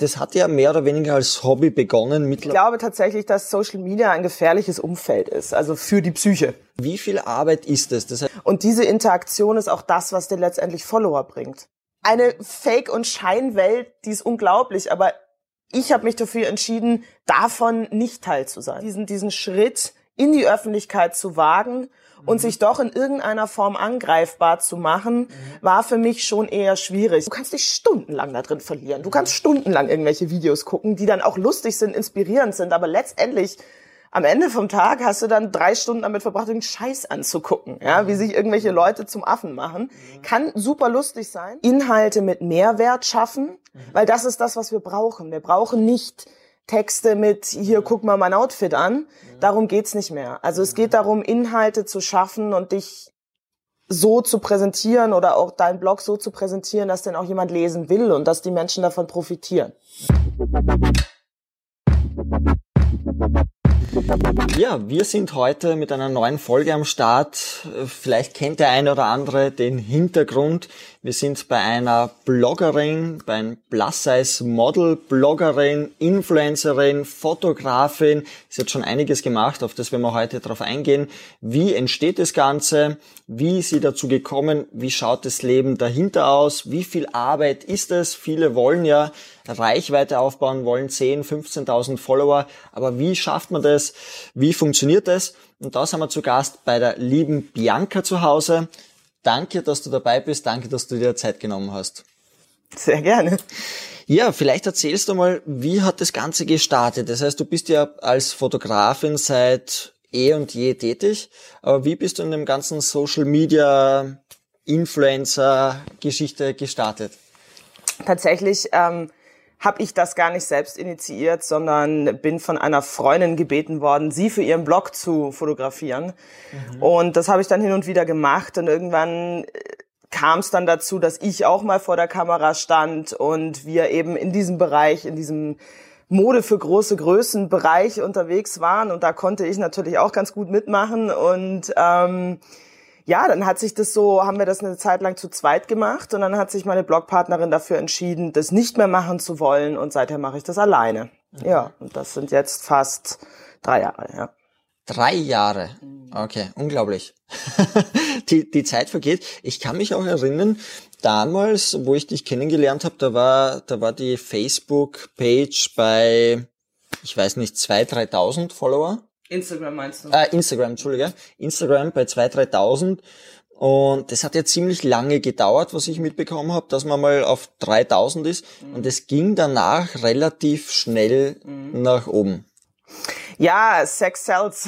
Das hat ja mehr oder weniger als Hobby begonnen. Ich glaube tatsächlich, dass Social Media ein gefährliches Umfeld ist, also für die Psyche. Wie viel Arbeit ist es? Und diese Interaktion ist auch das, was dir letztendlich Follower bringt. Eine Fake- und Scheinwelt, die ist unglaublich, aber ich habe mich dafür entschieden, davon nicht Teil zu sein. Diesen Schritt in die Öffentlichkeit zu wagen und sich doch in irgendeiner Form angreifbar zu machen, war für mich schon eher schwierig. Du kannst dich stundenlang da drin verlieren. Du kannst stundenlang irgendwelche Videos gucken, die dann auch lustig sind, inspirierend sind, aber letztendlich am Ende vom Tag hast du dann 3 Stunden damit verbracht, den Scheiß anzugucken, ja, wie sich irgendwelche Leute zum Affen machen. Kann super lustig sein. Inhalte mit Mehrwert schaffen, weil das ist das, was wir brauchen. Wir brauchen nicht Texte mit, hier, guck mal mein Outfit an. Darum geht's nicht mehr. Also es geht darum, Inhalte zu schaffen und dich so zu präsentieren oder auch deinen Blog so zu präsentieren, dass den auch jemand lesen will und dass die Menschen davon profitieren. Ja, wir sind heute mit einer neuen Folge am Start. Vielleicht kennt der eine oder andere den Hintergrund. Wir sind bei einer Bloggerin, bei einem Plus-Size-Model, Bloggerin, Influencerin, Fotografin. Es hat schon einiges gemacht, auf das werden wir heute drauf eingehen. Wie entsteht das Ganze? Wie ist sie dazu gekommen? Wie schaut das Leben dahinter aus? Wie viel Arbeit ist es? Viele wollen ja Reichweite aufbauen, wollen 10.000, 15.000 Follower. Aber wie schafft man das? Wie funktioniert das? Und da sind wir zu Gast bei der lieben Bianca zu Hause. Danke, dass du dabei bist. Danke, dass du dir Zeit genommen hast. Sehr gerne. Ja, vielleicht erzählst du mal, wie hat das Ganze gestartet? Das heißt, du bist ja als Fotografin seit eh und je tätig. Aber wie bist du in dem ganzen Social Media Influencer Geschichte gestartet? Tatsächlich habe ich das gar nicht selbst initiiert, sondern bin von einer Freundin gebeten worden, sie für ihren Blog zu fotografieren. Und das habe ich dann hin und wieder gemacht und irgendwann kam es dann dazu, dass ich auch mal vor der Kamera stand und wir eben in diesem Bereich, in diesem Mode für große Größen Bereich unterwegs waren und da konnte ich natürlich auch ganz gut mitmachen und ja, dann haben wir das eine Zeit lang zu zweit gemacht und dann hat sich meine Blogpartnerin dafür entschieden, das nicht mehr machen zu wollen und seither mache ich das alleine. Ja, und das sind jetzt fast 3 Jahre, ja. 3 Jahre? Okay, unglaublich. Die Zeit vergeht. Ich kann mich auch erinnern, damals, wo ich dich kennengelernt habe, da war die Facebook-Page bei, ich weiß nicht, 2.000, 3.000 Follower. Instagram meinst du? Instagram, Entschuldige. Instagram bei 2.000, 3.000. Und das hat ja ziemlich lange gedauert, was ich mitbekommen habe, dass man mal auf 3.000 ist. Und es ging danach relativ schnell nach oben. Ja, Sex sells.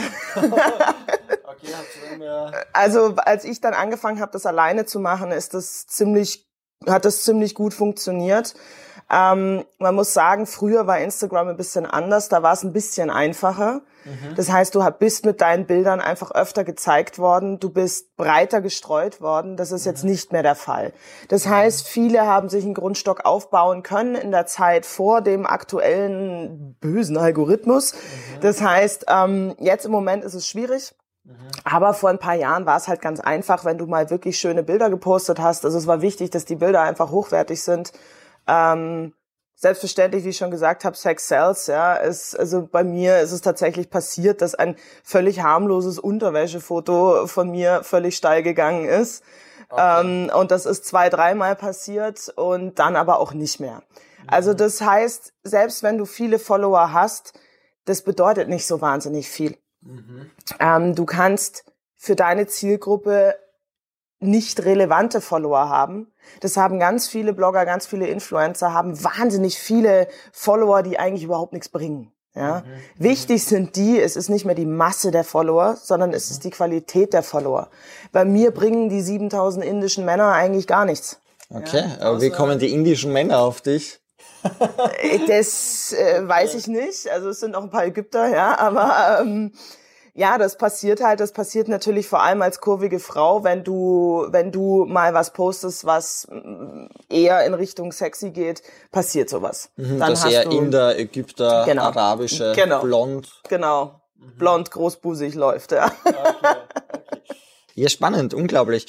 Also als ich dann angefangen habe, das alleine zu machen, hat das ziemlich gut funktioniert. Man muss sagen, früher war Instagram ein bisschen anders, da war es ein bisschen einfacher. Das heißt, du bist mit deinen Bildern einfach öfter gezeigt worden, du bist breiter gestreut worden, das ist jetzt nicht mehr der Fall. Das heißt, viele haben sich einen Grundstock aufbauen können in der Zeit vor dem aktuellen bösen Algorithmus. Das heißt, jetzt im Moment ist es schwierig. Aber vor ein paar Jahren war es halt ganz einfach, wenn du mal wirklich schöne Bilder gepostet hast. Also es war wichtig, dass die Bilder einfach hochwertig sind. Selbstverständlich, wie ich schon gesagt habe, Sex sells, ja. Also bei mir ist es tatsächlich passiert, dass ein völlig harmloses Unterwäschefoto von mir völlig steil gegangen ist. Okay. Und das ist 2-, 3-mal passiert und dann aber auch nicht mehr. Also das heißt, selbst wenn du viele Follower hast, das bedeutet nicht so wahnsinnig viel. Du kannst für deine Zielgruppe nicht relevante Follower haben. Das haben ganz viele Blogger, ganz viele Influencer, haben wahnsinnig viele Follower, die eigentlich überhaupt nichts bringen. Ja? Wichtig sind es ist nicht mehr die Masse der Follower, sondern es ist die Qualität der Follower. Bei mir bringen die 7.000 indischen Männer eigentlich gar nichts. Okay, ja? Aber wie kommen die indischen Männer auf dich? Das weiß ich nicht. Also es sind auch ein paar Ägypter, ja, aber ja, das passiert natürlich vor allem als kurvige Frau, wenn du mal was postest, was eher in Richtung sexy geht, passiert sowas. Dann das eher Inder, Ägypter, genau, arabische, genau, blond. Genau, blond, großbusig läuft, ja. Okay. Ja, spannend, unglaublich.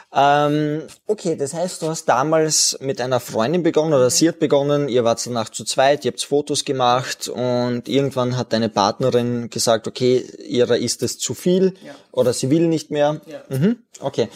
Okay, das heißt, du hast damals mit einer Freundin begonnen oder sie hat begonnen, ihr wart danach zu zweit, ihr habt Fotos gemacht und irgendwann hat deine Partnerin gesagt, okay, ihrer ist es zu viel oder sie will nicht mehr. Ja. Okay.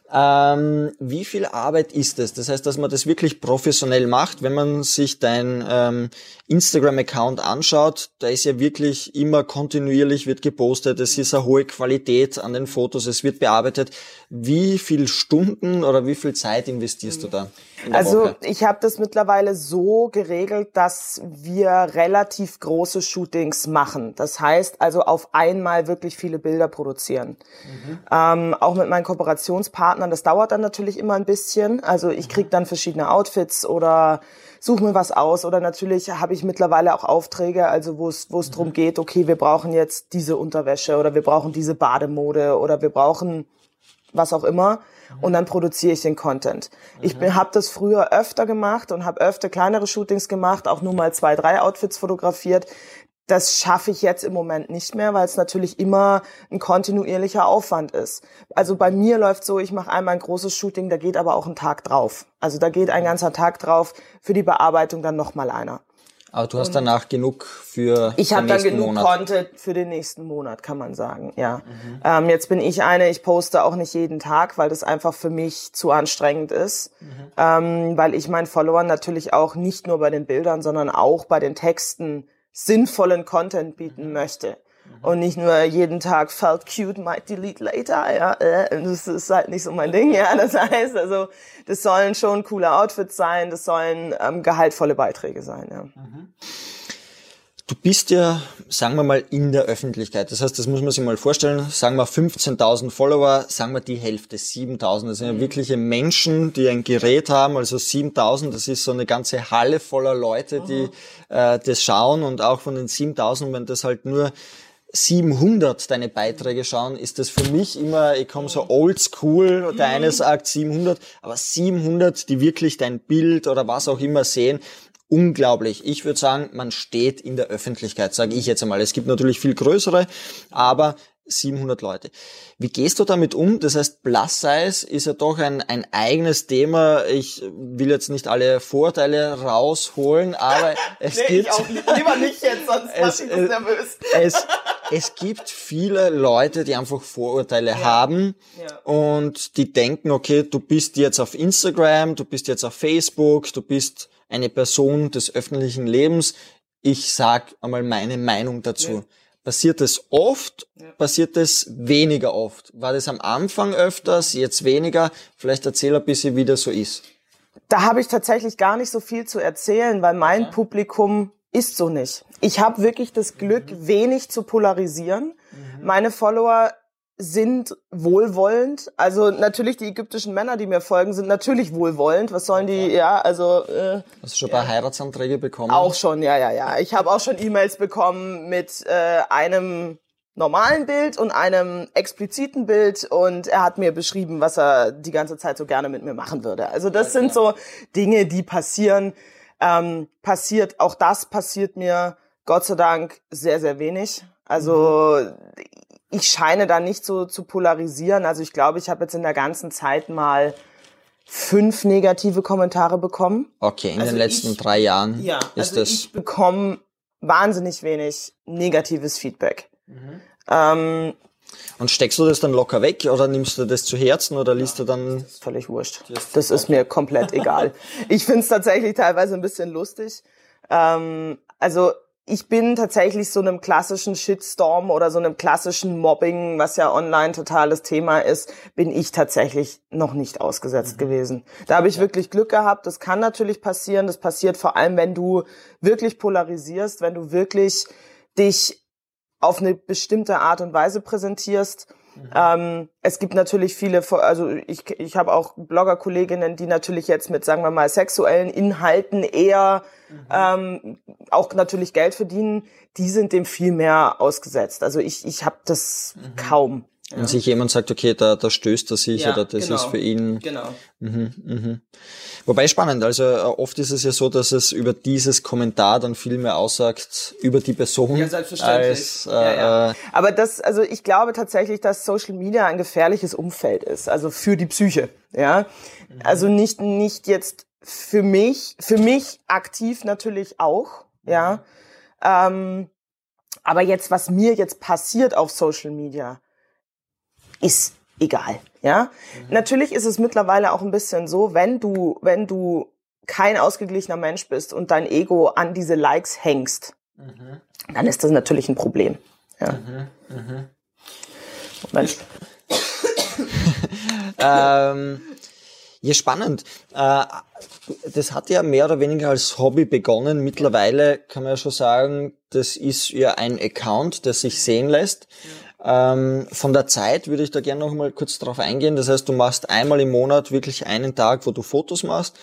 Wie viel Arbeit ist es? Das heißt, dass man das wirklich professionell macht. Wenn man sich dein Instagram-Account anschaut, da ist ja wirklich immer kontinuierlich wird gepostet. Es ist eine hohe Qualität an den Fotos. Es wird bearbeitet. Wie viel Stunden oder wie viel Zeit investierst du da? Also ich habe das mittlerweile so geregelt, dass wir relativ große Shootings machen. Das heißt also auf einmal wirklich viele Bilder produzieren. Auch mit meinen Kooperationspartnern, das dauert dann natürlich immer ein bisschen. Also ich kriege dann verschiedene Outfits oder suche mir was aus. Oder natürlich habe ich mittlerweile auch Aufträge, also wo es darum geht, okay, wir brauchen jetzt diese Unterwäsche oder wir brauchen diese Bademode oder wir brauchen was auch immer. Und dann produziere ich den Content. Ich habe das früher öfter gemacht und habe öfter kleinere Shootings gemacht, auch nur mal 2, 3 Outfits fotografiert. Das schaffe ich jetzt im Moment nicht mehr, weil es natürlich immer ein kontinuierlicher Aufwand ist. Also bei mir läuft so, ich mache einmal ein großes Shooting, da geht aber auch ein Tag drauf. Also da geht ein ganzer Tag drauf, für die Bearbeitung dann nochmal einer. Aber du hast danach genug für den nächsten Monat. Ich habe dann genug Content für den nächsten Monat, kann man sagen, ja. Jetzt bin ich poste auch nicht jeden Tag, weil das einfach für mich zu anstrengend ist. Weil ich meinen Followern natürlich auch nicht nur bei den Bildern, sondern auch bei den Texten sinnvollen Content bieten möchte. Und nicht nur jeden Tag felt cute, might delete later, ja, das ist halt nicht so mein Ding, ja, das heißt, also, das sollen schon coole Outfits sein, das sollen gehaltvolle Beiträge sein, ja. Du bist ja, sagen wir mal, in der Öffentlichkeit. Das heißt, das muss man sich mal vorstellen. Sagen wir 15.000 Follower, sagen wir die Hälfte, 7.000. Das sind ja wirkliche Menschen, die ein Gerät haben. Also 7.000, das ist so eine ganze Halle voller Leute, die das schauen. Und auch von den 7.000, wenn das halt nur 700 deine Beiträge schauen, ist das für mich immer, ich komme so oldschool, der eine sagt 700, aber 700, die wirklich dein Bild oder was auch immer sehen, unglaublich. Ich würde sagen, man steht in der Öffentlichkeit, sage ich jetzt einmal. Es gibt natürlich viel größere, aber 700 Leute. Wie gehst du damit um? Das heißt, Plus Size ist ja doch ein eigenes Thema. Ich will jetzt nicht alle Vorteile rausholen, aber es gibt... Ich auch lieber nicht jetzt, sonst mach ich das nervös. Es gibt viele Leute, die einfach Vorurteile haben und die denken, okay, du bist jetzt auf Instagram, du bist jetzt auf Facebook, du bist eine Person des öffentlichen Lebens. Ich sag einmal meine Meinung dazu. Ja. Passiert es oft? Ja. Passiert es weniger oft? War das am Anfang öfters, jetzt weniger? Vielleicht erzähl ein bisschen, wie das so ist. Da habe ich tatsächlich gar nicht so viel zu erzählen, weil mein Publikum ist so nicht. Ich habe wirklich das Glück, wenig zu polarisieren. Meine Follower sind wohlwollend. Also natürlich die ägyptischen Männer, die mir folgen, sind natürlich wohlwollend. Was sollen die, Hast du schon ein paar Heiratsanträge bekommen? Auch schon, ja. Ich habe auch schon E-Mails bekommen mit einem normalen Bild und einem expliziten Bild und er hat mir beschrieben, was er die ganze Zeit so gerne mit mir machen würde. Also das sind so Dinge, die passieren. Auch das passiert mir Gott sei Dank sehr, sehr wenig. Also ich scheine da nicht so zu polarisieren. Also ich glaube, ich habe jetzt in der ganzen Zeit mal 5 negative Kommentare bekommen. Okay, in den letzten 3 Jahren ist das... Ich bekomme wahnsinnig wenig negatives Feedback. Und steckst du das dann locker weg oder nimmst du das zu Herzen oder liest du dann... Das ist völlig wurscht. Das ist mir komplett egal. Ich finde es tatsächlich teilweise ein bisschen lustig. Also ich bin tatsächlich so einem klassischen Shitstorm oder so einem klassischen Mobbing, was ja online totales Thema ist, bin ich tatsächlich noch nicht ausgesetzt gewesen. Da habe ich wirklich Glück gehabt. Das kann natürlich passieren. Das passiert vor allem, wenn du wirklich polarisierst, wenn du wirklich dich auf eine bestimmte Art und Weise präsentierst. Es gibt natürlich viele, also ich habe auch Blogger-Kolleginnen, die natürlich jetzt mit, sagen wir mal, sexuellen Inhalten eher auch natürlich Geld verdienen. Die sind dem viel mehr ausgesetzt. Also ich habe das kaum. Wenn sich jemand sagt, okay, da stößt er sich oder das ist für ihn. Genau. Wobei spannend, also oft ist es ja so, dass es über dieses Kommentar dann viel mehr aussagt über die Person. Ja, selbstverständlich. Aber ich glaube tatsächlich, dass Social Media ein gefährliches Umfeld ist, also für die Psyche, ja. Also nicht jetzt für mich aktiv natürlich auch, ja. Aber jetzt, was mir jetzt passiert auf Social Media, ist egal, ja. Natürlich ist es mittlerweile auch ein bisschen so, wenn du kein ausgeglichener Mensch bist und dein Ego an diese Likes hängst, dann ist das natürlich ein Problem, ja. Moment. Ja, spannend. Das hat ja mehr oder weniger als Hobby begonnen. Mittlerweile kann man ja schon sagen, das ist ja ein Account, der sich sehen lässt. Von der Zeit würde ich da gerne noch mal kurz drauf eingehen. Das heißt, du machst einmal im Monat wirklich einen Tag, wo du Fotos machst.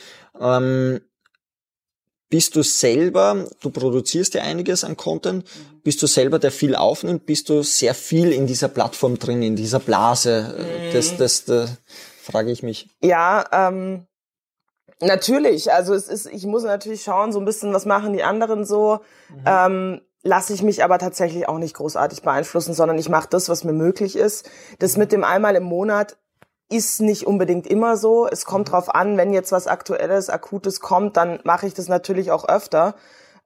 Bist du selber, du produzierst ja einiges an Content, bist du selber, der viel aufnimmt, bist du sehr viel in dieser Plattform drin, in dieser Blase? Das frage ich mich. Ja, natürlich. Also ich muss natürlich schauen, so ein bisschen, was machen die anderen so. Lasse ich mich aber tatsächlich auch nicht großartig beeinflussen, sondern ich mache das, was mir möglich ist. Das mit dem einmal im Monat ist nicht unbedingt immer so. Es kommt drauf an, wenn jetzt was Aktuelles, Akutes kommt, dann mache ich das natürlich auch öfter.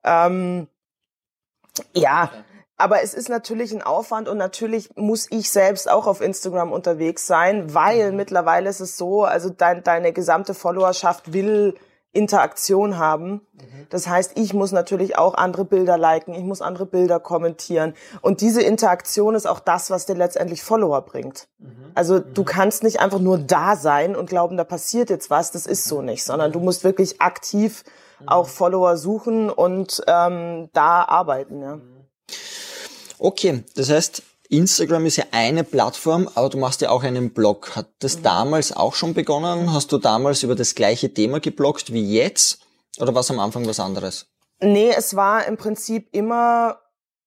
Aber es ist natürlich ein Aufwand und natürlich muss ich selbst auch auf Instagram unterwegs sein, weil mittlerweile ist es so, also deine gesamte Followerschaft will Interaktion haben. Das heißt, ich muss natürlich auch andere Bilder liken, ich muss andere Bilder kommentieren. Und diese Interaktion ist auch das, was dir letztendlich Follower bringt. Also du kannst nicht einfach nur da sein und glauben, da passiert jetzt was. Das ist so nicht, sondern du musst wirklich aktiv auch Follower suchen und da arbeiten. Ja. Okay, das heißt, Instagram ist ja eine Plattform, aber du machst ja auch einen Blog. Hat das damals auch schon begonnen? Hast du damals über das gleiche Thema gebloggt wie jetzt? Oder war es am Anfang was anderes? Nee, es war im Prinzip immer,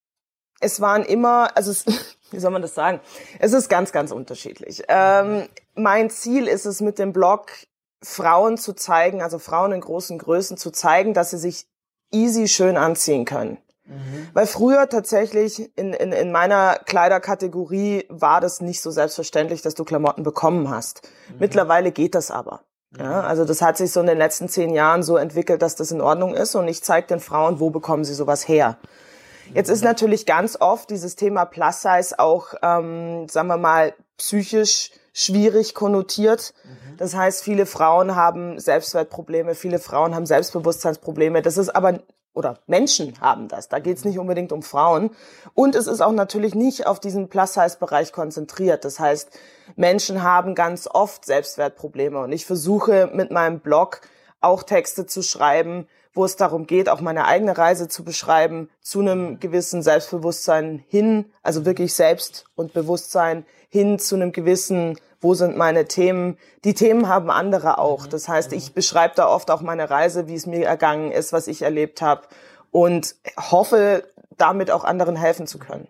wie soll man das sagen? Es ist ganz, ganz unterschiedlich. Mein Ziel ist es mit dem Blog, Frauen zu zeigen, also Frauen in großen Größen zu zeigen, dass sie sich easy schön anziehen können. Weil früher tatsächlich in meiner Kleiderkategorie war das nicht so selbstverständlich, dass du Klamotten bekommen hast. Mittlerweile geht das aber. Ja, also das hat sich so in den letzten 10 Jahren so entwickelt, dass das in Ordnung ist und ich zeige den Frauen, wo bekommen sie sowas her. Jetzt ist natürlich ganz oft dieses Thema Plus Size auch, sagen wir mal, psychisch schwierig konnotiert. Das heißt, viele Frauen haben Selbstwertprobleme, viele Frauen haben Selbstbewusstseinsprobleme. Das ist aber oder Menschen haben das. Da geht es nicht unbedingt um Frauen. Und es ist auch natürlich nicht auf diesen Plus-Size-Bereich konzentriert. Das heißt, Menschen haben ganz oft Selbstwertprobleme. Und ich versuche mit meinem Blog auch Texte zu schreiben, wo es darum geht, auch meine eigene Reise zu beschreiben, zu einem gewissen Selbstbewusstsein hin, also wirklich Selbst und Bewusstsein hin zu einem gewissen, wo sind meine Themen? Die Themen haben andere auch. Das heißt, ich beschreibe da oft auch meine Reise, wie es mir ergangen ist, was ich erlebt habe und hoffe, damit auch anderen helfen zu können.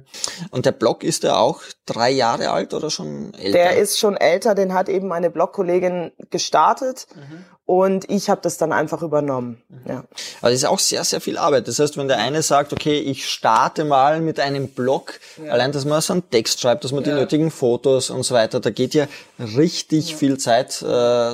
Und der Blog ist ja auch 3 Jahre alt oder schon älter? Der ist schon älter, den hat eben meine Blogkollegin gestartet und ich habe das dann einfach übernommen. Ja. Aber das ist auch sehr, sehr viel Arbeit. Das heißt, wenn der eine sagt, okay, ich starte mal mit einem Blog, allein, dass man so einen Text schreibt, dass man die nötigen Fotos und so weiter, da geht ja richtig viel Zeit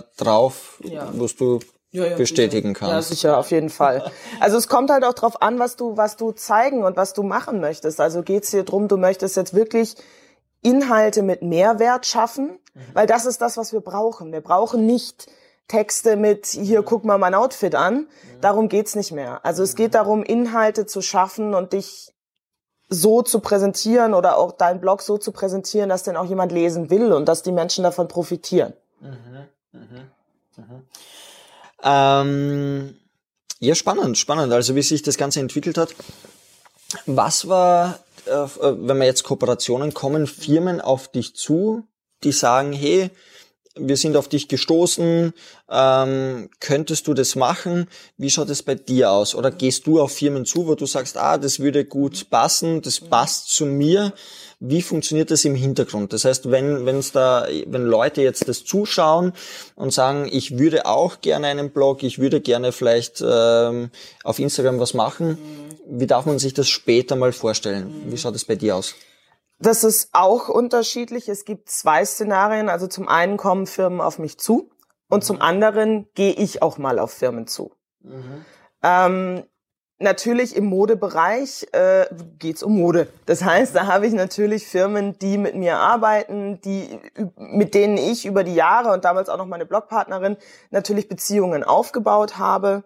drauf, was du bestätigen kannst. Ja, sicher, auf jeden Fall. Also es kommt halt auch drauf an, was du zeigen und was du machen möchtest. Also geht's dir drum, du möchtest jetzt wirklich Inhalte mit Mehrwert schaffen, weil das ist das, was wir brauchen. Wir brauchen nicht Texte mit, hier, guck mal mein Outfit an. Darum geht's nicht mehr. Also es geht darum, Inhalte zu schaffen und dich so zu präsentieren oder auch deinen Blog so zu präsentieren, dass den auch jemand lesen will und dass die Menschen davon profitieren. Ja, spannend. Also wie sich das Ganze entwickelt hat. Was war, wenn wir jetzt Kooperationen kommen, Firmen auf dich zu, die sagen, hey, wir sind auf dich gestoßen, könntest du das machen? Wie schaut es bei dir aus? Oder gehst du auf Firmen zu, wo du sagst, das würde gut passen, das passt zu mir? Wie funktioniert das im Hintergrund? Das heißt, wenn Leute jetzt das zuschauen und sagen, ich würde auch gerne einen Blog, ich würde gerne vielleicht auf Instagram was machen, wie darf man sich das später mal vorstellen? Wie schaut es bei dir aus? Das ist auch unterschiedlich. Es gibt 2 Szenarien. Also zum einen kommen Firmen auf mich zu und zum anderen gehe ich auch mal auf Firmen zu. Natürlich im Modebereich geht's um Mode. Das heißt, da habe ich natürlich Firmen, die mit mir arbeiten, mit denen ich über die Jahre und damals auch noch meine Blogpartnerin natürlich Beziehungen aufgebaut habe.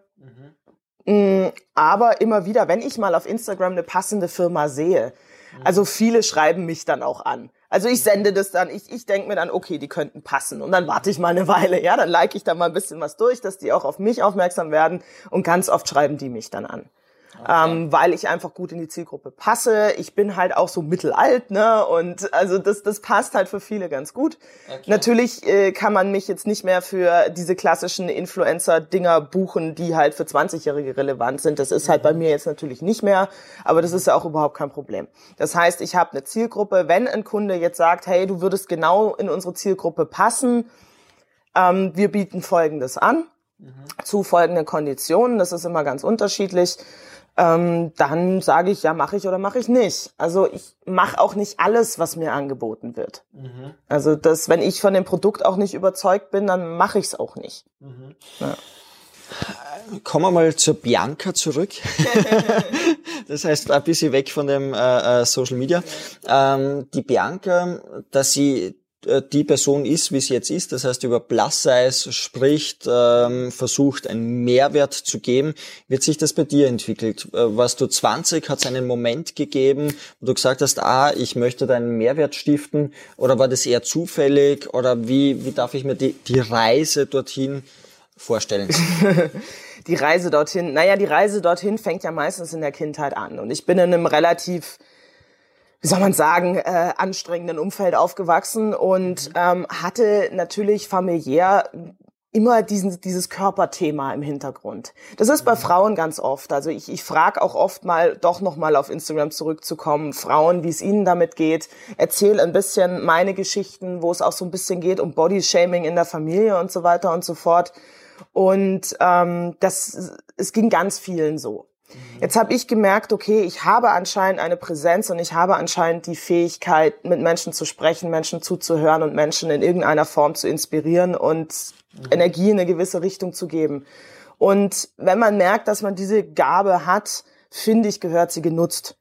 Aber immer wieder, wenn ich mal auf Instagram eine passende Firma sehe, also viele schreiben mich dann auch an. Also ich sende das dann, ich denke mir dann, okay, die könnten passen. Und dann warte ich mal eine Weile, ja, dann like ich da mal ein bisschen was durch, dass die auch auf mich aufmerksam werden. Und ganz oft schreiben die mich dann an. Okay. Weil ich einfach gut in die Zielgruppe passe. Ich bin halt auch so mittelalt, ne? Und also das passt halt für viele ganz gut. Okay. Natürlich kann man mich jetzt nicht mehr für diese klassischen Influencer-Dinger buchen, die halt für 20-Jährige relevant sind. Das ist halt bei mir jetzt natürlich nicht mehr, aber das ist ja auch überhaupt kein Problem. Das heißt, ich habe eine Zielgruppe. Wenn ein Kunde jetzt sagt, hey, du würdest genau in unsere Zielgruppe passen, wir bieten Folgendes an, zu folgenden Konditionen. Das ist immer ganz unterschiedlich. Dann sage ich, ja, mache ich oder mache ich nicht. Also ich mache auch nicht alles, was mir angeboten wird. Also wenn ich von dem Produkt auch nicht überzeugt bin, dann mache ich es auch nicht. Ja. Kommen wir mal zur Bianca zurück. Das heißt, ein bisschen weg von dem Social Media. Die Bianca, dass sie die Person ist, wie sie jetzt ist, das heißt über Plus-Size spricht, versucht einen Mehrwert zu geben. Wird sich das bei dir entwickelt? Warst du 20, hat es einen Moment gegeben, wo du gesagt hast, ich möchte da einen Mehrwert stiften, oder war das eher zufällig, oder wie darf ich mir die Reise dorthin vorstellen? Die Reise dorthin fängt ja meistens in der Kindheit an, und ich bin in einem relativ, wie soll man sagen, anstrengenden Umfeld aufgewachsen und hatte natürlich familiär immer dieses Körperthema im Hintergrund. Das ist bei Frauen ganz oft. Also ich frage auch oft mal, doch nochmal auf Instagram zurückzukommen, Frauen, wie es ihnen damit geht. Erzähle ein bisschen meine Geschichten, wo es auch so ein bisschen geht um Bodyshaming in der Familie und so weiter und so fort. Und es ging ganz vielen so. Jetzt habe ich gemerkt, okay, ich habe anscheinend eine Präsenz und ich habe anscheinend die Fähigkeit, mit Menschen zu sprechen, Menschen zuzuhören und Menschen in irgendeiner Form zu inspirieren und Energie in eine gewisse Richtung zu geben. Und wenn man merkt, dass man diese Gabe hat, finde ich, gehört sie genutzt.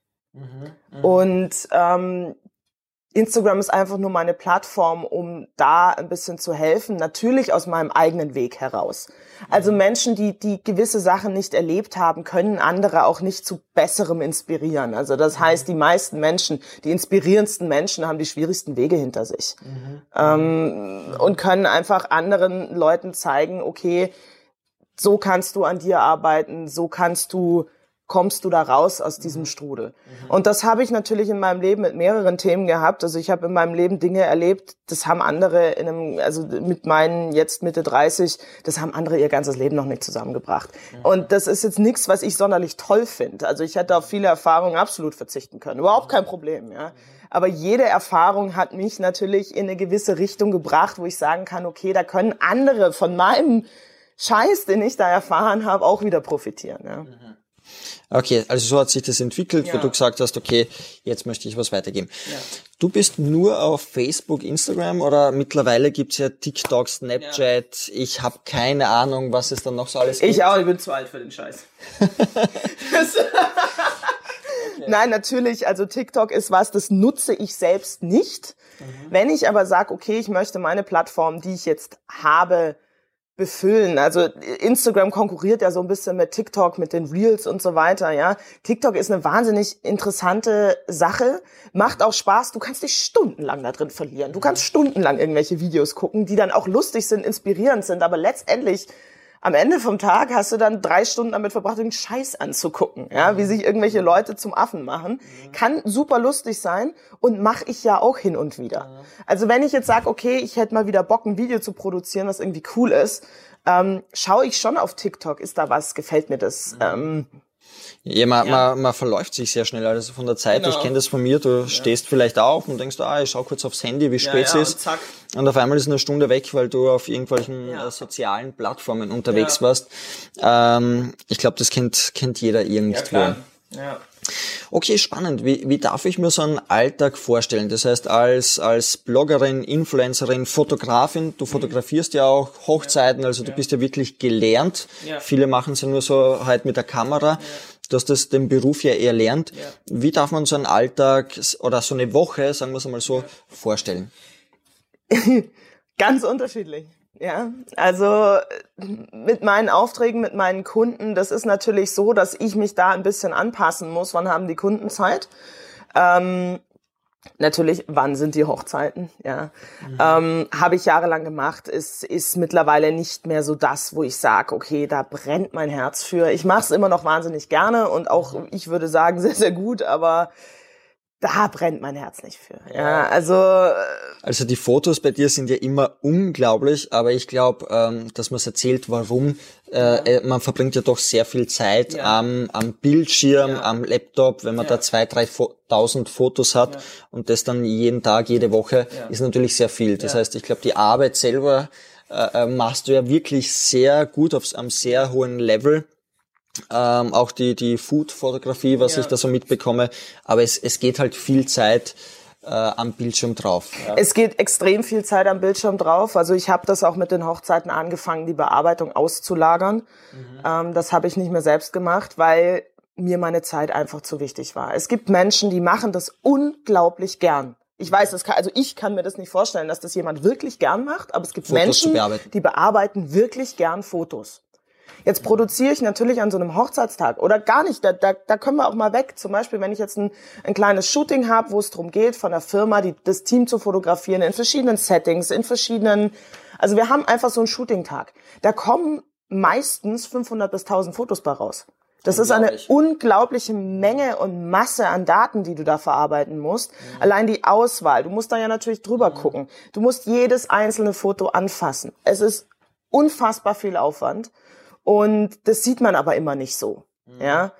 Und Instagram ist einfach nur meine Plattform, um da ein bisschen zu helfen, natürlich aus meinem eigenen Weg heraus. Also Menschen, die gewisse Sachen nicht erlebt haben, können andere auch nicht zu Besserem inspirieren. Also das heißt, die meisten Menschen, die inspirierendsten Menschen haben die schwierigsten Wege hinter sich. Und können einfach anderen Leuten zeigen, okay, so kannst du an dir arbeiten, so kommst du da raus aus diesem Strudel. Und das habe ich natürlich in meinem Leben mit mehreren Themen gehabt. Also ich habe in meinem Leben Dinge erlebt, das haben andere also mit meinen jetzt Mitte 30, das haben andere ihr ganzes Leben noch nicht zusammengebracht. Und das ist jetzt nichts, was ich sonderlich toll finde. Also ich hätte auf viele Erfahrungen absolut verzichten können. Überhaupt kein Problem, ja. Aber jede Erfahrung hat mich natürlich in eine gewisse Richtung gebracht, wo ich sagen kann, okay, da können andere von meinem Scheiß, den ich da erfahren habe, auch wieder profitieren, ja. Okay, also so hat sich das entwickelt, wo du gesagt hast, okay, jetzt möchte ich was weitergeben. Ja. Du bist nur auf Facebook, Instagram, oder mittlerweile gibt's ja TikTok, Snapchat, ich habe keine Ahnung, was es dann noch so alles gibt. Ich auch, ich bin zu alt für den Scheiß. Okay. Nein, natürlich, also TikTok ist was, das nutze ich selbst nicht. Wenn ich aber sage, okay, ich möchte meine Plattform, die ich jetzt habe, befüllen. Also Instagram konkurriert ja so ein bisschen mit TikTok, mit den Reels und so weiter, ja. TikTok ist eine wahnsinnig interessante Sache, macht auch Spaß. Du kannst dich stundenlang da drin verlieren. Du kannst stundenlang irgendwelche Videos gucken, die dann auch lustig sind, inspirierend sind, aber letztendlich am Ende vom Tag hast du dann 3 Stunden damit verbracht, den Scheiß anzugucken, ja, wie sich irgendwelche Leute zum Affen machen. Kann super lustig sein und mache ich ja auch hin und wieder. Also wenn ich jetzt sage, okay, ich hätte mal wieder Bock, ein Video zu produzieren, was irgendwie cool ist, schaue ich schon auf TikTok, ist da was, gefällt mir das? Ja, man verläuft sich sehr schnell, also von der Zeit. Genau. Ich kenne das von mir, du stehst vielleicht auf und denkst, ich schau kurz aufs Handy, wie spät es ist. Und auf einmal ist eine Stunde weg, weil du auf irgendwelchen sozialen Plattformen unterwegs warst. Ich glaube, das kennt jeder irgendwo. Ja. Okay, spannend. Wie darf ich mir so einen Alltag vorstellen? Das heißt, als Bloggerin, Influencerin, Fotografin, du fotografierst ja auch Hochzeiten, also du bist ja wirklich gelernt. Ja. Viele machen es ja nur so halt mit der Kamera. Ja. Du hast den Beruf ja erlernt. Ja. Wie darf man so einen Alltag oder so eine Woche, sagen wir es einmal so, vorstellen? Ganz unterschiedlich. Ja, also mit meinen Aufträgen, mit meinen Kunden, das ist natürlich so, dass ich mich da ein bisschen anpassen muss. Wann haben die Kunden Zeit? Natürlich, wann sind die Hochzeiten? Ja, habe ich jahrelang gemacht. Ist mittlerweile nicht mehr so das, wo ich sage, okay, da brennt mein Herz für. Ich mache es immer noch wahnsinnig gerne und auch, ich würde sagen, sehr, sehr gut, aber da brennt mein Herz nicht für. Ja, also die Fotos bei dir sind ja immer unglaublich, aber ich glaube, dass man es erzählt, warum. Man verbringt ja doch sehr viel Zeit am Bildschirm, am Laptop, wenn man da 2.000, 3.000 Fotos hat und das dann jeden Tag, jede Woche, ist natürlich sehr viel. Das heißt, ich glaube, die Arbeit selber machst du ja wirklich sehr gut am sehr hohen Level. Auch die Food-Fotografie, was ich da so mitbekomme, aber es geht halt viel Zeit am Bildschirm drauf. Ja. Es geht extrem viel Zeit am Bildschirm drauf. Also ich habe das auch mit den Hochzeiten angefangen, die Bearbeitung auszulagern. Das habe ich nicht mehr selbst gemacht, weil mir meine Zeit einfach zu wichtig war. Es gibt Menschen, die machen das unglaublich gern. Ich weiß, ich kann mir das nicht vorstellen, dass das jemand wirklich gern macht, aber es gibt Fotos Menschen, die bearbeiten wirklich gern Fotos. Jetzt produziere ich natürlich an so einem Hochzeitstag oder gar nicht, da können wir auch mal weg. Zum Beispiel, wenn ich jetzt ein kleines Shooting habe, wo es darum geht, von der Firma das Team zu fotografieren in verschiedenen Settings, also wir haben einfach so einen Shooting-Tag. Da kommen meistens 500 bis 1.000 Fotos bei raus. Das ist eine unglaubliche Menge und Masse an Daten, die du da verarbeiten musst. Allein die Auswahl, du musst da ja natürlich drüber gucken. Du musst jedes einzelne Foto anfassen. Es ist unfassbar viel Aufwand. Und das sieht man aber immer nicht so. Ja.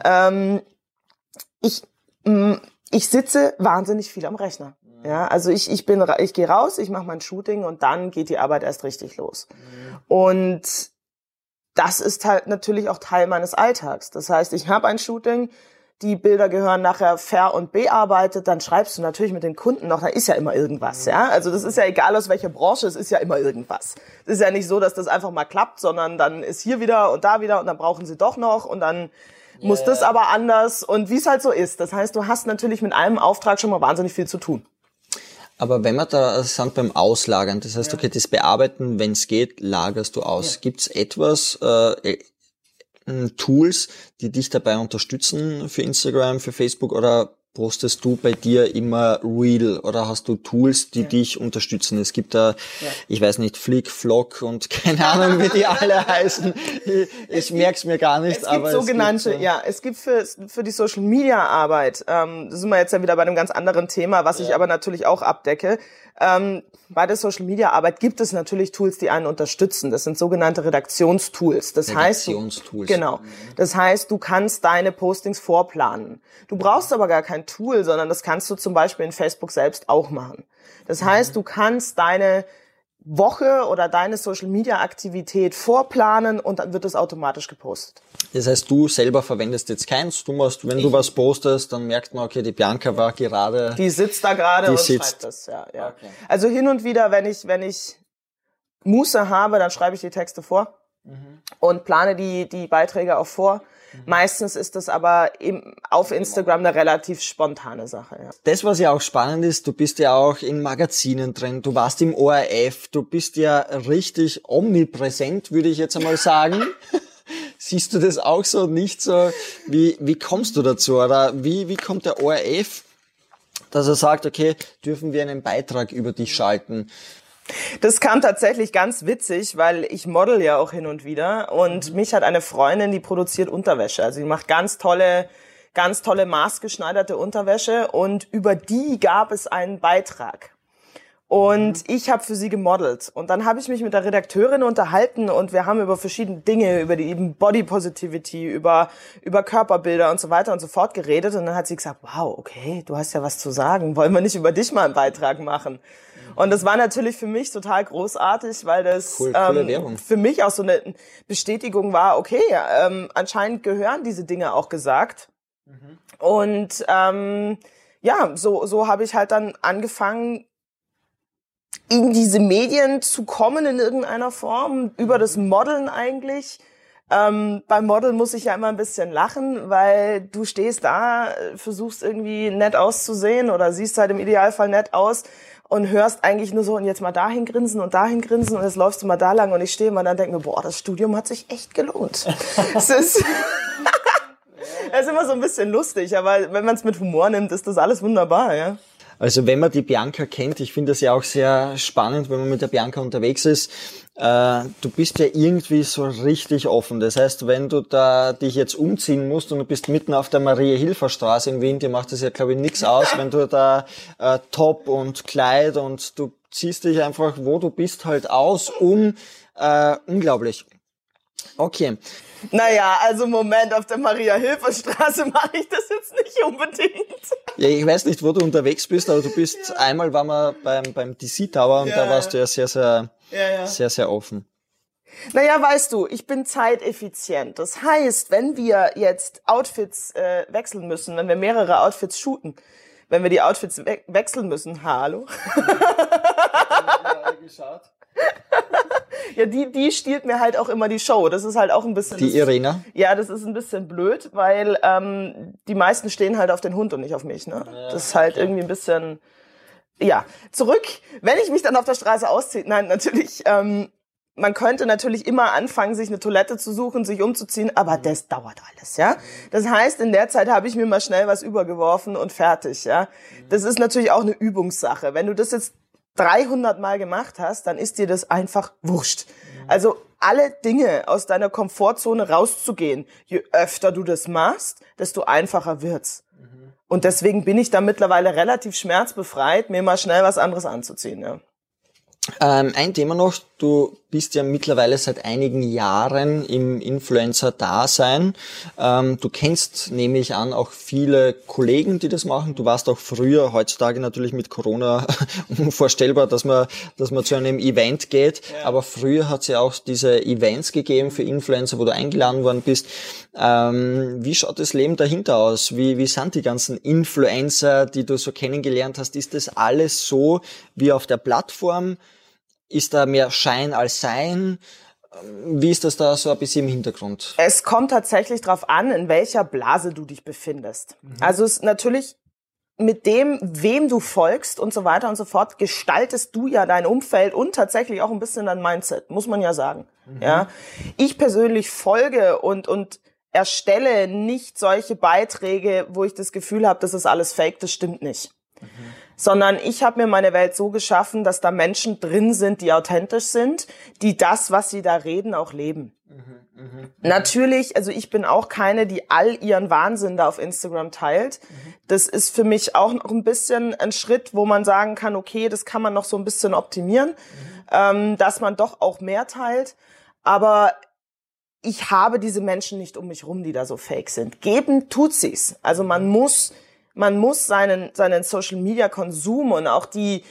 Ich sitze wahnsinnig viel am Rechner. Ja, also ich gehe raus, ich mache mein Shooting und dann geht die Arbeit erst richtig los. Und das ist halt natürlich auch Teil meines Alltags. Das heißt, ich habe ein Shooting, die Bilder gehören nachher ver- und bearbeitet, dann schreibst du natürlich mit den Kunden noch, da ist ja immer irgendwas, ja. Also das ist ja egal aus welcher Branche, es ist ja immer irgendwas. Es ist ja nicht so, dass das einfach mal klappt, sondern dann ist hier wieder und da wieder und dann brauchen sie doch noch und dann muss das aber anders und wie es halt so ist. Das heißt, du hast natürlich mit einem Auftrag schon mal wahnsinnig viel zu tun. Aber wenn wir da sind beim Auslagern, das heißt, okay, das Bearbeiten, wenn es geht, lagerst du aus. Ja. Gibt's etwas, Tools, die dich dabei unterstützen für Instagram, für Facebook oder postest du bei dir immer real oder hast du Tools, die dich unterstützen? Es gibt da, ich weiß nicht, Flick, Flock und keine Ahnung, wie die alle heißen. Ich merk's mir gar nicht. Es gibt für die Social Media Arbeit, da sind wir jetzt ja wieder bei einem ganz anderen Thema, was ich aber natürlich auch abdecke. Bei der Social Media Arbeit gibt es natürlich Tools, die einen unterstützen. Das sind sogenannte Redaktionstools. Das heißt, du kannst deine Postings vorplanen. Du brauchst aber gar kein Tool, sondern das kannst du zum Beispiel in Facebook selbst auch machen. Das heißt, du kannst deine Woche oder deine Social-Media-Aktivität vorplanen und dann wird es automatisch gepostet. Das heißt, du selber verwendest jetzt keins. Du du was postest, dann merkt man, okay, die Bianca war gerade... Die sitzt da gerade und schreibt das. Ja. Okay. Also hin und wieder, wenn ich Muße habe, dann schreibe ich die Texte vor und plane die Beiträge auch vor. Meistens ist das aber auf Instagram eine relativ spontane Sache. Ja. Das, was ja auch spannend ist, du bist ja auch in Magazinen drin, du warst im ORF, du bist ja richtig omnipräsent, würde ich jetzt einmal sagen. Siehst du das auch so, nicht so? Wie kommst du dazu? Oder wie kommt der ORF, dass er sagt, okay, dürfen wir einen Beitrag über dich schalten? Das kam tatsächlich ganz witzig, weil ich model ja auch hin und wieder und mich hat eine Freundin, die produziert Unterwäsche. Also die macht ganz tolle maßgeschneiderte Unterwäsche und über die gab es einen Beitrag. Und ich habe für sie gemodelt. Und dann habe ich mich mit der Redakteurin unterhalten und wir haben über verschiedene Dinge, über die eben Body Positivity, über Körperbilder und so weiter und so fort geredet. Und dann hat sie gesagt, wow, okay, du hast ja was zu sagen. Wollen wir nicht über dich mal einen Beitrag machen? Und das war natürlich für mich total großartig, weil das für mich auch so eine Bestätigung war, okay, anscheinend gehören diese Dinge auch gesagt. Und so habe ich halt dann angefangen, in diese Medien zu kommen in irgendeiner Form, über das Modeln eigentlich. Beim Modeln muss ich ja immer ein bisschen lachen, weil du stehst da, versuchst irgendwie nett auszusehen oder siehst halt im Idealfall nett aus und hörst eigentlich nur so, und jetzt mal dahin grinsen und jetzt läufst du mal da lang und ich stehe mal dann denke mir, boah, das Studium hat sich echt gelohnt. Es ist immer so ein bisschen lustig, aber wenn man es mit Humor nimmt, ist das alles wunderbar, ja. Also wenn man die Bianca kennt, ich finde das ja auch sehr spannend, wenn man mit der Bianca unterwegs ist, du bist ja irgendwie so richtig offen. Das heißt, wenn du da dich jetzt umziehen musst und du bist mitten auf der Maria-Hilfer-Straße in Wien, dir macht das ja, glaube ich, nichts aus, wenn du da Top und Kleid und du ziehst dich einfach, wo du bist, halt aus, unglaublich. Okay. Naja, also Moment, auf der Maria-Hilfer-Straße mache ich das jetzt nicht unbedingt. Ja, ich weiß nicht, wo du unterwegs bist, aber du bist, einmal waren wir beim DC Tower und da warst du ja sehr offen. Naja, weißt du, ich bin zeiteffizient. Das heißt, wenn wir jetzt Outfits wechseln müssen, wenn wir mehrere Outfits shooten, wenn wir die Outfits wechseln müssen, hallo? Geschaut. Ja, die stiehlt mir halt auch immer die Show. Das ist halt auch ein bisschen... Die Irena? Ja, das ist ein bisschen blöd, weil die meisten stehen halt auf den Hund und nicht auf mich. Ne? Ja, das ist halt irgendwie ein bisschen... Ja, zurück, wenn ich mich dann auf der Straße ausziehe. Nein, natürlich, man könnte natürlich immer anfangen, sich eine Toilette zu suchen, sich umzuziehen, aber das dauert alles, ja. Das heißt, in der Zeit habe ich mir mal schnell was übergeworfen und fertig, ja. Das ist natürlich auch eine Übungssache. Wenn du das jetzt 300 Mal gemacht hast, dann ist dir das einfach wurscht. Also alle Dinge aus deiner Komfortzone rauszugehen, je öfter du das machst, desto einfacher wird's. Und deswegen bin ich da mittlerweile relativ schmerzbefreit, mir mal schnell was anderes anzuziehen. Ja. Ein Thema noch, du bist ja mittlerweile seit einigen Jahren im Influencer-Dasein. Du kennst, nehme ich an, auch viele Kollegen, die das machen. Du warst auch früher, heutzutage natürlich mit Corona unvorstellbar, dass man zu einem Event geht. Ja. Aber früher hat es ja auch diese Events gegeben für Influencer, wo du eingeladen worden bist. Wie schaut das Leben dahinter aus? Wie sind die ganzen Influencer, die du so kennengelernt hast? Ist das alles so wie auf der Plattform? Ist da mehr Schein als Sein? Wie ist das da so ein bisschen im Hintergrund? Es kommt tatsächlich drauf an, in welcher Blase du dich befindest. Also es natürlich mit dem, wem du folgst und so weiter und so fort, gestaltest du ja dein Umfeld und tatsächlich auch ein bisschen dein Mindset, muss man ja sagen. Ja, ich persönlich folge und erstelle nicht solche Beiträge, wo ich das Gefühl habe, das ist alles fake, das stimmt nicht. Sondern ich habe mir meine Welt so geschaffen, dass da Menschen drin sind, die authentisch sind, die das, was sie da reden, auch leben. Natürlich, also ich bin auch keine, die all ihren Wahnsinn da auf Instagram teilt. Das ist für mich auch noch ein bisschen ein Schritt, wo man sagen kann, okay, das kann man noch so ein bisschen optimieren, dass man doch auch mehr teilt. Aber ich habe diese Menschen nicht um mich rum, die da so fake sind. Geben tut sie's. Also man muss seinen Social-Media-Konsum und auch die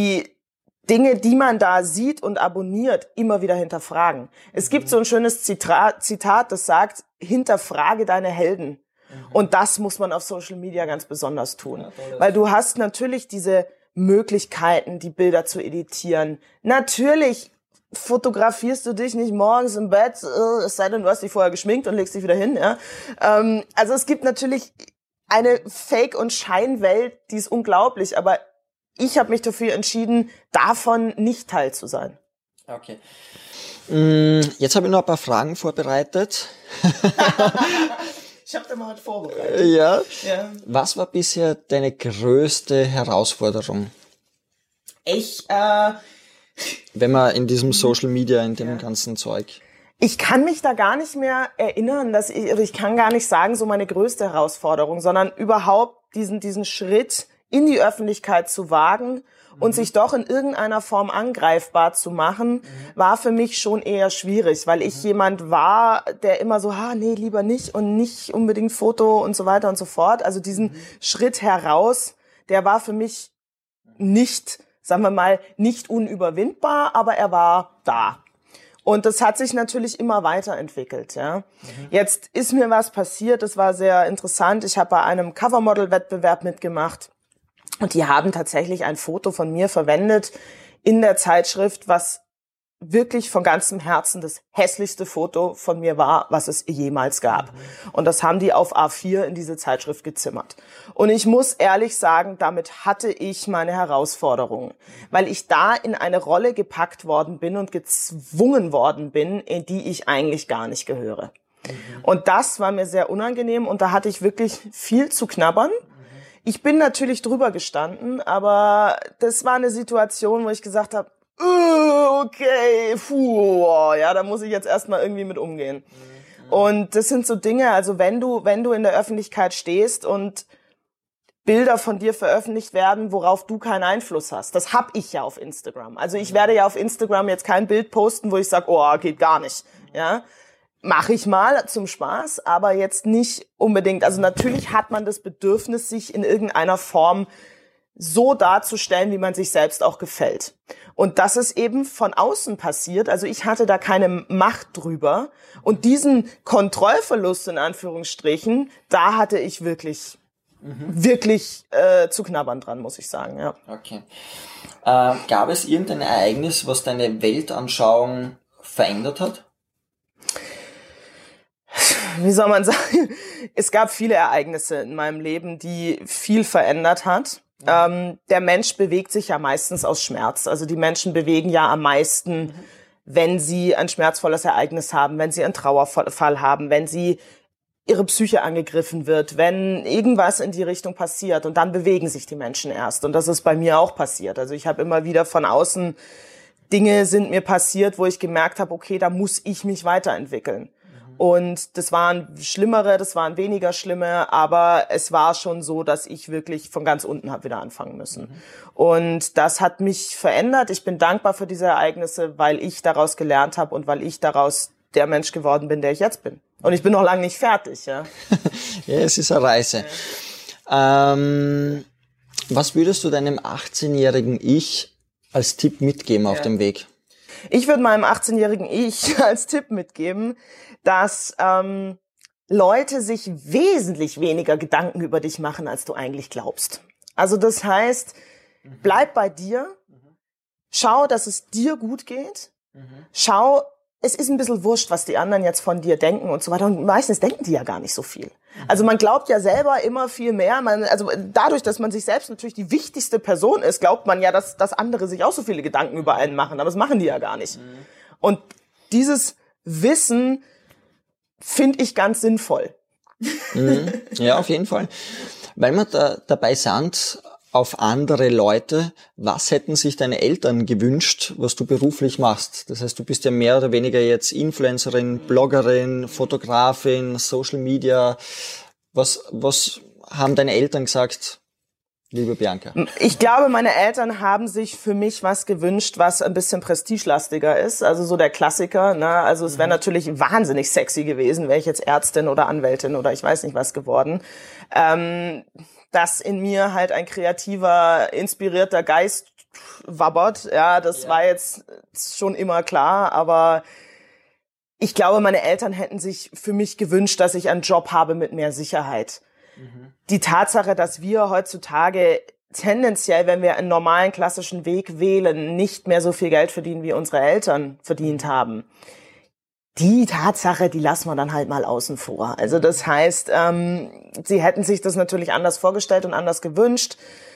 Dinge, die man da sieht und abonniert, immer wieder hinterfragen. Es gibt so ein schönes Zitat, das sagt, hinterfrage deine Helden. Und das muss man auf Social Media ganz besonders tun. Ja, weil du hast natürlich diese Möglichkeiten, die Bilder zu editieren. Natürlich fotografierst du dich nicht morgens im Bett, es sei denn, du hast dich vorher geschminkt und legst dich wieder hin. Ja? Also es gibt natürlich eine Fake- und Scheinwelt, die ist unglaublich, aber ich habe mich dafür entschieden, davon nicht Teil zu sein. Okay. Jetzt habe ich noch ein paar Fragen vorbereitet. Ich habe da mal was vorbereitet. Ja. Was war bisher deine größte Herausforderung? Wenn man in diesem Social Media, in dem ganzen Zeug... Ich kann mich da gar nicht mehr erinnern, ich kann gar nicht sagen, so meine größte Herausforderung, sondern überhaupt diesen Schritt in die Öffentlichkeit zu wagen und sich doch in irgendeiner Form angreifbar zu machen, war für mich schon eher schwierig, weil ich jemand war, der immer so, nee, lieber nicht und nicht unbedingt Foto und so weiter und so fort. Also diesen Schritt heraus, der war für mich nicht, sagen wir mal, nicht unüberwindbar, aber er war da. Und das hat sich natürlich immer weiterentwickelt, ja. Jetzt ist mir was passiert, das war sehr interessant. Ich habe bei einem Covermodel-Wettbewerb mitgemacht und die haben tatsächlich ein Foto von mir verwendet in der Zeitschrift, was wirklich von ganzem Herzen das hässlichste Foto von mir war, was es jemals gab. Und das haben die auf A4 in diese Zeitschrift gezimmert. Und ich muss ehrlich sagen, damit hatte ich meine Herausforderungen, weil ich da in eine Rolle gepackt worden bin und gezwungen worden bin, in die ich eigentlich gar nicht gehöre. Und das war mir sehr unangenehm und da hatte ich wirklich viel zu knabbern. Ich bin natürlich drüber gestanden, aber das war eine Situation, wo ich gesagt habe, okay, ja, da muss ich jetzt erstmal irgendwie mit umgehen. Und das sind so Dinge, also wenn du in der Öffentlichkeit stehst und Bilder von dir veröffentlicht werden, worauf du keinen Einfluss hast. Das hab ich ja auf Instagram. Also ich werde ja auf Instagram jetzt kein Bild posten, wo ich sage, geht gar nicht. Ja, mache ich mal zum Spaß, aber jetzt nicht unbedingt. Also natürlich hat man das Bedürfnis, sich in irgendeiner Form so darzustellen, wie man sich selbst auch gefällt. Und das ist eben von außen passiert. Also ich hatte da keine Macht drüber. Und diesen Kontrollverlust in Anführungsstrichen, da hatte ich wirklich zu knabbern dran, muss ich sagen. Ja. Okay. Gab es irgendein Ereignis, was deine Weltanschauung verändert hat? Wie soll man sagen? Es gab viele Ereignisse in meinem Leben, die viel verändert hat. Der Mensch bewegt sich ja meistens aus Schmerz. Also die Menschen bewegen ja am meisten, wenn sie ein schmerzvolles Ereignis haben, wenn sie einen Trauerfall haben, wenn sie ihre Psyche angegriffen wird, wenn irgendwas in die Richtung passiert und dann bewegen sich die Menschen erst. Und das ist bei mir auch passiert. Also ich habe immer wieder von außen Dinge sind mir passiert, wo ich gemerkt habe, okay, da muss ich mich weiterentwickeln. Und das waren schlimmere, das waren weniger schlimme, aber es war schon so, dass ich wirklich von ganz unten habe wieder anfangen müssen. Und das hat mich verändert. Ich bin dankbar für diese Ereignisse, weil ich daraus gelernt habe und weil ich daraus der Mensch geworden bin, der ich jetzt bin. Und ich bin noch lange nicht fertig. Ja, ja, es ist eine Reise. Was würdest du deinem 18-jährigen Ich als Tipp mitgeben auf dem Weg? Ich würde meinem 18-jährigen Ich als Tipp mitgeben, dass Leute sich wesentlich weniger Gedanken über dich machen, als du eigentlich glaubst. Also das heißt, bleib bei dir, schau, dass es dir gut geht, schau, es ist ein bisschen wurscht, was die anderen jetzt von dir denken und so weiter. Und meistens denken die ja gar nicht so viel. Also man glaubt ja selber immer viel mehr. Also dadurch, dass man sich selbst natürlich die wichtigste Person ist, glaubt man ja, dass andere sich auch so viele Gedanken über einen machen. Aber das machen die ja gar nicht. Und dieses Wissen finde ich ganz sinnvoll. Ja, auf jeden Fall. Weil wir dabei sind, auf andere Leute, was hätten sich deine Eltern gewünscht, was du beruflich machst? Das heißt, du bist ja mehr oder weniger jetzt Influencerin, Bloggerin, Fotografin, Social Media. Was haben deine Eltern gesagt, liebe Bianca? Ich glaube, meine Eltern haben sich für mich was gewünscht, was ein bisschen prestigelastiger ist. Also so der Klassiker, ne? Also es wäre natürlich wahnsinnig sexy gewesen, wäre ich jetzt Ärztin oder Anwältin oder ich weiß nicht was geworden. Dass in mir halt ein kreativer, inspirierter Geist wabbert, ja, das war jetzt schon immer klar, aber ich glaube, meine Eltern hätten sich für mich gewünscht, dass ich einen Job habe mit mehr Sicherheit. Die Tatsache, dass wir heutzutage tendenziell, wenn wir einen normalen, klassischen Weg wählen, nicht mehr so viel Geld verdienen, wie unsere Eltern verdient haben. Die Tatsache, die lassen wir dann halt mal außen vor. Also das heißt, sie hätten sich das natürlich anders vorgestellt und anders gewünscht.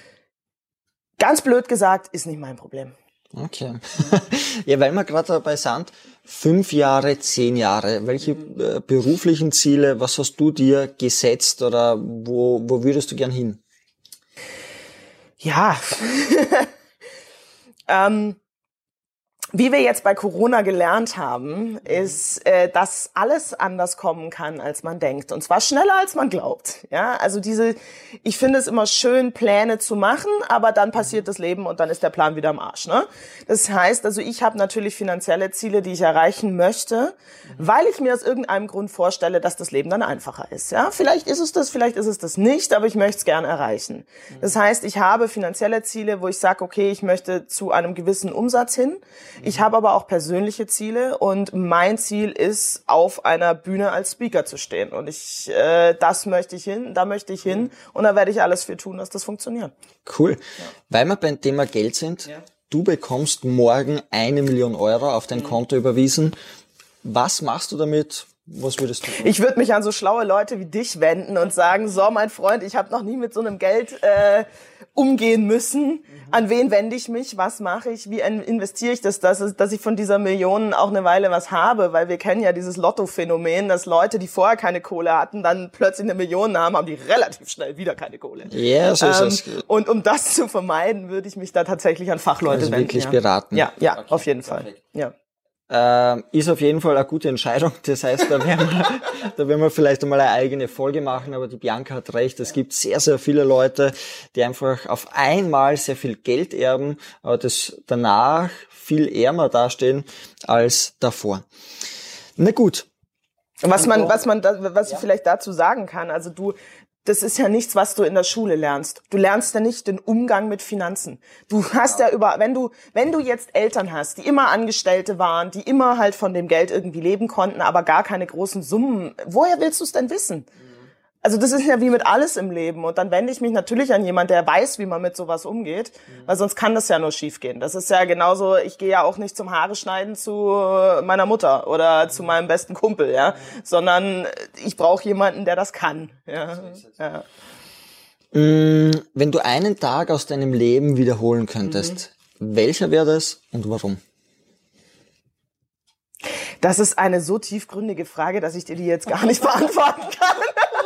Ganz blöd gesagt, ist nicht mein Problem. Okay. Ja, weil wir gerade dabei sind, 5 Jahre, 10 Jahre, welche beruflichen Ziele, was hast du dir gesetzt oder wo würdest du gern hin? Ja, Wie wir jetzt bei Corona gelernt haben, ist, dass alles anders kommen kann, als man denkt. Und zwar schneller, als man glaubt. Ja, also ich finde es immer schön, Pläne zu machen, aber dann passiert das Leben und dann ist der Plan wieder am Arsch, ne? Das heißt, also ich habe natürlich finanzielle Ziele, die ich erreichen möchte, weil ich mir aus irgendeinem Grund vorstelle, dass das Leben dann einfacher ist. Ja, vielleicht ist es das nicht, aber ich möchte es gern erreichen. Das heißt, ich habe finanzielle Ziele, wo ich sage, okay, ich möchte zu einem gewissen Umsatz hin. Ich habe aber auch persönliche Ziele und mein Ziel ist, auf einer Bühne als Speaker zu stehen. Und da möchte ich hin und da werde ich alles für tun, dass das funktioniert. Cool. Ja. Weil wir beim Thema Geld sind, du bekommst morgen 1 Million Euro auf dein Konto überwiesen. Was machst du damit? Was würdest du tun? Ich würde mich an so schlaue Leute wie dich wenden und sagen, so mein Freund, ich habe noch nie mit so einem Geld umgehen müssen. An wen wende ich mich? Was mache ich? Wie investiere ich das, dass ich von dieser Million auch eine Weile was habe? Weil wir kennen ja dieses Lotto-Phänomen, dass Leute, die vorher keine Kohle hatten, dann plötzlich eine Million haben die relativ schnell wieder keine Kohle. Ja, so ist es. Und um das zu vermeiden, würde ich mich da tatsächlich an Fachleute wenden. Wirklich beraten. Ja, okay, auf jeden Fall. Ja. Ist auf jeden Fall eine gute Entscheidung. Das heißt, da werden wir vielleicht einmal eine eigene Folge machen, aber die Bianca hat recht. Es gibt sehr, sehr viele Leute, die einfach auf einmal sehr viel Geld erben, aber das danach viel ärmer dastehen als davor. Na gut. Was ich vielleicht dazu sagen kann, also das ist ja nichts, was du in der Schule lernst. Du lernst ja nicht den Umgang mit Finanzen. Du hast wenn du jetzt Eltern hast, die immer Angestellte waren, die immer halt von dem Geld irgendwie leben konnten, aber gar keine großen Summen, woher willst du es denn wissen? Also das ist ja wie mit alles im Leben. Und dann wende ich mich natürlich an jemanden, der weiß, wie man mit sowas umgeht, weil sonst kann das ja nur schiefgehen. Das ist ja genauso, ich gehe ja auch nicht zum Haare schneiden zu meiner Mutter oder zu meinem besten Kumpel, ja, sondern ich brauche jemanden, der das kann. Ja. Ja. Wenn du einen Tag aus deinem Leben wiederholen könntest, welcher wäre das und warum? Das ist eine so tiefgründige Frage, dass ich dir die jetzt gar nicht beantworten kann.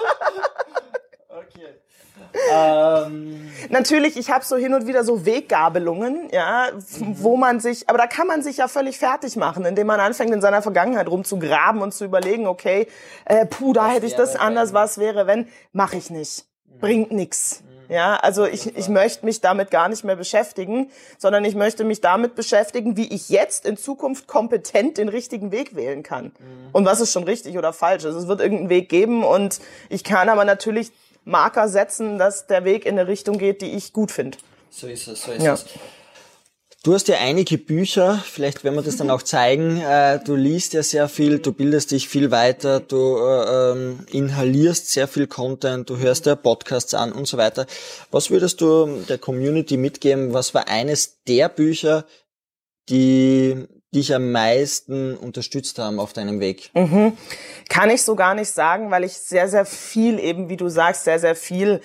Natürlich, ich habe so hin und wieder so Weggabelungen, ja, aber da kann man sich ja völlig fertig machen, indem man anfängt, in seiner Vergangenheit rumzugraben und zu überlegen, okay, da hätte ich das anders, was wäre, wenn, mache ich nicht, bringt nix. Ja, also ich möchte mich damit gar nicht mehr beschäftigen, sondern ich möchte mich damit beschäftigen, wie ich jetzt in Zukunft kompetent den richtigen Weg wählen kann. Und was ist schon richtig oder falsch? Also es wird irgendeinen Weg geben und ich kann aber natürlich Marker setzen, dass der Weg in eine Richtung geht, die ich gut finde. So ist es. Du hast ja einige Bücher, vielleicht werden wir das dann auch zeigen. Du liest ja sehr viel, du bildest dich viel weiter, du inhalierst sehr viel Content, du hörst ja Podcasts an und so weiter. Was würdest du der Community mitgeben? Was war eines der Bücher, die dich am meisten unterstützt haben auf deinem Weg? Kann ich so gar nicht sagen, weil ich sehr, sehr viel, eben wie du sagst, sehr, sehr viel.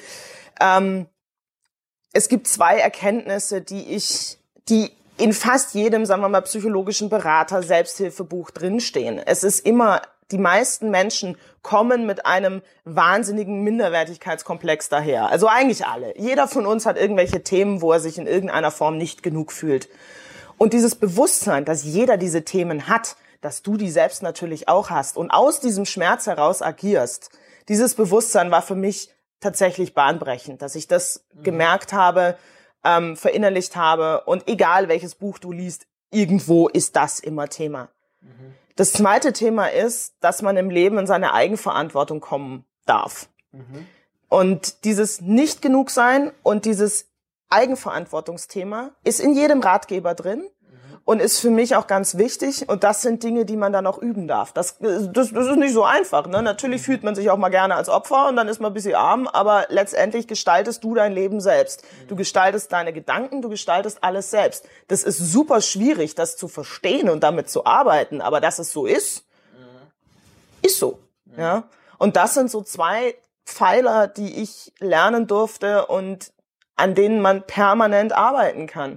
Es gibt 2 Erkenntnisse, die in fast jedem, sagen wir mal, psychologischen Berater, Selbsthilfebuch drinstehen. Es ist immer, die meisten Menschen kommen mit einem wahnsinnigen Minderwertigkeitskomplex daher. Also eigentlich alle. Jeder von uns hat irgendwelche Themen, wo er sich in irgendeiner Form nicht genug fühlt. Und dieses Bewusstsein, dass jeder diese Themen hat, dass du die selbst natürlich auch hast und aus diesem Schmerz heraus agierst, dieses Bewusstsein war für mich tatsächlich bahnbrechend, dass ich das gemerkt habe, verinnerlicht habe und egal welches Buch du liest, irgendwo ist das immer Thema. Das zweite Thema ist, dass man im Leben in seine Eigenverantwortung kommen darf. Und dieses Nicht-Genug-Sein und dieses Eigenverantwortungsthema ist in jedem Ratgeber drin und ist für mich auch ganz wichtig. Und das sind Dinge, die man dann auch üben darf. Das ist nicht so einfach, ne? Natürlich fühlt man sich auch mal gerne als Opfer und dann ist man ein bisschen arm, aber letztendlich gestaltest du dein Leben selbst. Du gestaltest deine Gedanken, du gestaltest alles selbst. Das ist super schwierig, das zu verstehen und damit zu arbeiten, aber dass es so ist, ist so. Ja? Und das sind so 2 Pfeiler, die ich lernen durfte und an denen man permanent arbeiten kann.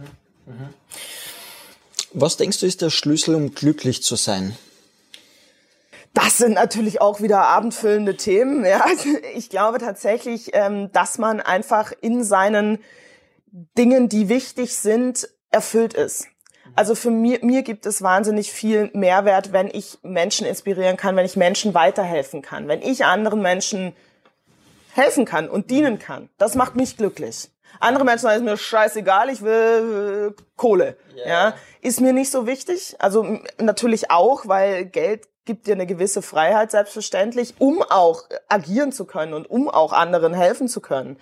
Was denkst du, ist der Schlüssel, um glücklich zu sein? Das sind natürlich auch wieder abendfüllende Themen. Ja. Ich glaube tatsächlich, dass man einfach in seinen Dingen, die wichtig sind, erfüllt ist. Also für mir gibt es wahnsinnig viel Mehrwert, wenn ich Menschen inspirieren kann, wenn ich Menschen weiterhelfen kann, wenn ich anderen Menschen helfen kann und dienen kann. Das macht mich glücklich. Andere Menschen sagen, ist mir scheißegal, ich will Kohle. Ja, ist mir nicht so wichtig. Also natürlich auch, weil Geld gibt dir eine gewisse Freiheit, selbstverständlich, um auch agieren zu können und um auch anderen helfen zu können.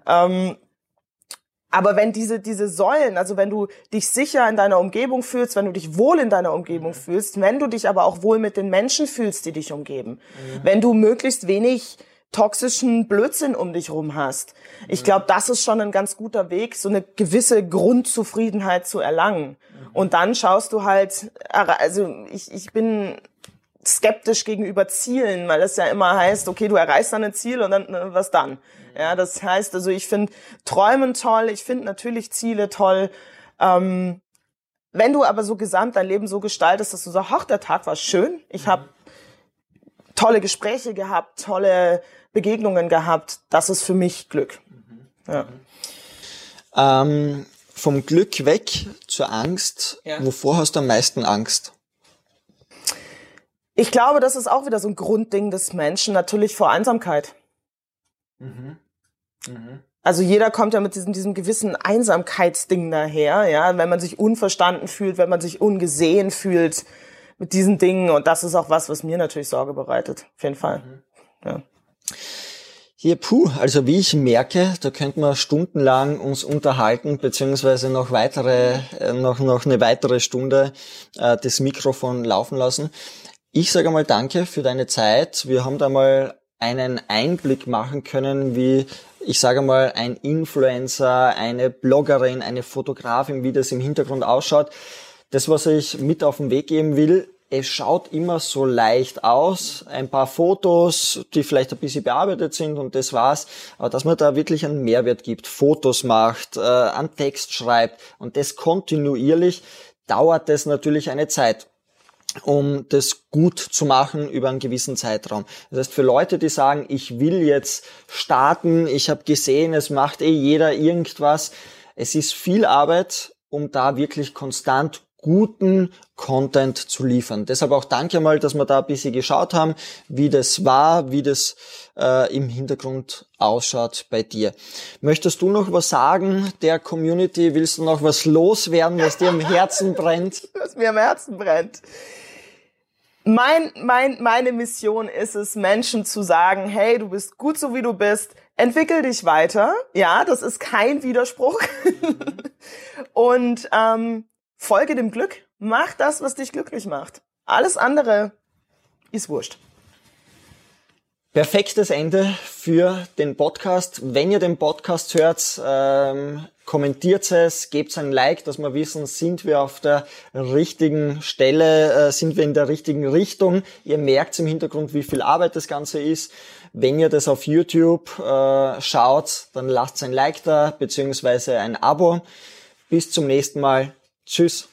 Aber wenn diese Säulen, also wenn du dich sicher in deiner Umgebung fühlst, wenn du dich wohl in deiner Umgebung fühlst, wenn du dich aber auch wohl mit den Menschen fühlst, die dich umgeben, wenn du möglichst wenig toxischen Blödsinn um dich rum hast. Ich glaube, das ist schon ein ganz guter Weg, so eine gewisse Grundzufriedenheit zu erlangen. Und dann schaust du halt, also ich bin skeptisch gegenüber Zielen, weil das ja immer heißt, okay, du erreichst dann ein Ziel und dann, was dann? Ja, das heißt, also ich finde Träumen toll, ich finde natürlich Ziele toll. Wenn du aber so gesamt dein Leben so gestaltest, dass du sagst, ach, der Tag war schön, ich habe tolle Gespräche gehabt, tolle Begegnungen gehabt, das ist für mich Glück. Ja. Vom Glück weg zur Angst, wovor hast du am meisten Angst? Ich glaube, das ist auch wieder so ein Grundding des Menschen, natürlich vor Einsamkeit. Also jeder kommt ja mit diesem gewissen Einsamkeitsding daher, ja, wenn man sich unverstanden fühlt, wenn man sich ungesehen fühlt mit diesen Dingen, und das ist auch was mir natürlich Sorge bereitet, auf jeden Fall. Ja. Hier, also wie ich merke, da könnten wir stundenlang uns unterhalten, beziehungsweise noch eine weitere Stunde das Mikrofon laufen lassen. Ich sage mal danke für deine Zeit. Wir haben da mal einen Einblick machen können, wie, ich sage mal, ein Influencer, eine Bloggerin, eine Fotografin, wie das im Hintergrund ausschaut. Das, was ich mit auf den Weg geben will, es schaut immer so leicht aus, ein paar Fotos, die vielleicht ein bisschen bearbeitet sind und das war's, aber dass man da wirklich einen Mehrwert gibt, Fotos macht, einen Text schreibt und das kontinuierlich, dauert das natürlich eine Zeit, um das gut zu machen über einen gewissen Zeitraum. Das heißt, für Leute, die sagen, ich will jetzt starten, ich habe gesehen, es macht jeder irgendwas, es ist viel Arbeit, um da wirklich konstant guten Content zu liefern. Deshalb auch danke mal, dass wir da ein bisschen geschaut haben, wie das war, wie das im Hintergrund ausschaut bei dir. Möchtest du noch was sagen der Community? Willst du noch was loswerden, was dir am Herzen brennt? Was mir am Herzen brennt. Meine Mission ist es, Menschen zu sagen, hey, du bist gut so wie du bist, entwickel dich weiter. Ja, das ist kein Widerspruch. Und folge dem Glück. Mach das, was dich glücklich macht. Alles andere ist wurscht. Perfektes Ende für den Podcast. Wenn ihr den Podcast hört, kommentiert es, gebt ein Like, dass wir wissen, sind wir auf der richtigen Stelle, sind wir in der richtigen Richtung. Ihr merkt im Hintergrund, wie viel Arbeit das Ganze ist. Wenn ihr das auf YouTube schaut, dann lasst ein Like da, beziehungsweise ein Abo. Bis zum nächsten Mal. Tschüss.